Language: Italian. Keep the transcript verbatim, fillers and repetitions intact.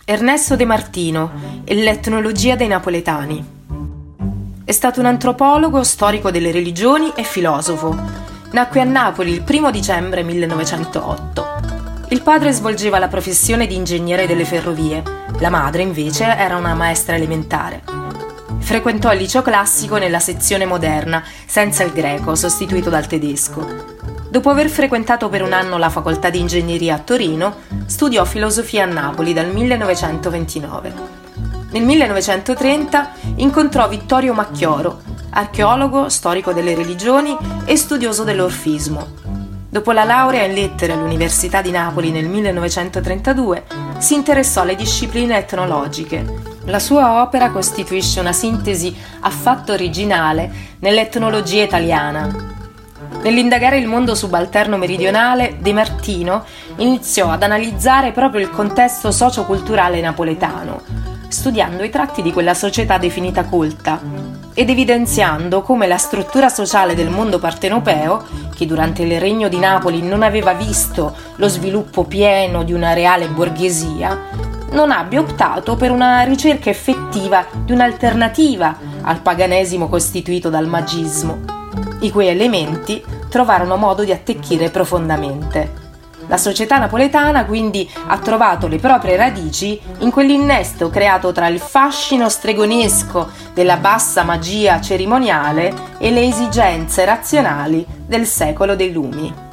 Ernesto De Martino e l'etnologia dei napoletani. È stato un antropologo, storico delle religioni e filosofo. Nacque a Napoli il primo dicembre millenovecentotto. Il padre svolgeva la professione di ingegnere delle ferrovie, la madre invece era una maestra elementare. Frequentò il liceo classico nella sezione moderna, senza il greco, sostituito dal tedesco. Dopo aver frequentato per un anno la facoltà di ingegneria a Torino, studiò filosofia a Napoli dal millenovecentoventinove. Nel millenovecentotrenta incontrò Vittorio Macchioro, archeologo, storico delle religioni e studioso dell'orfismo. Dopo la laurea in lettere all'Università di Napoli nel millenovecentotrentadue, si interessò alle discipline etnologiche. La sua opera costituisce una sintesi affatto originale nell'etnologia italiana. Nell'indagare il mondo subalterno meridionale, De Martino iniziò ad analizzare proprio il contesto socioculturale napoletano, studiando i tratti di quella società definita colta ed evidenziando come la struttura sociale del mondo partenopeo, che durante il Regno di Napoli non aveva visto lo sviluppo pieno di una reale borghesia, non abbia optato per una ricerca effettiva di un'alternativa al paganesimo costituito dal magismo, i cui elementi trovarono modo di attecchire profondamente. La società napoletana quindi ha trovato le proprie radici in quell'innesto creato tra il fascino stregonesco della bassa magia cerimoniale e le esigenze razionali del secolo dei lumi.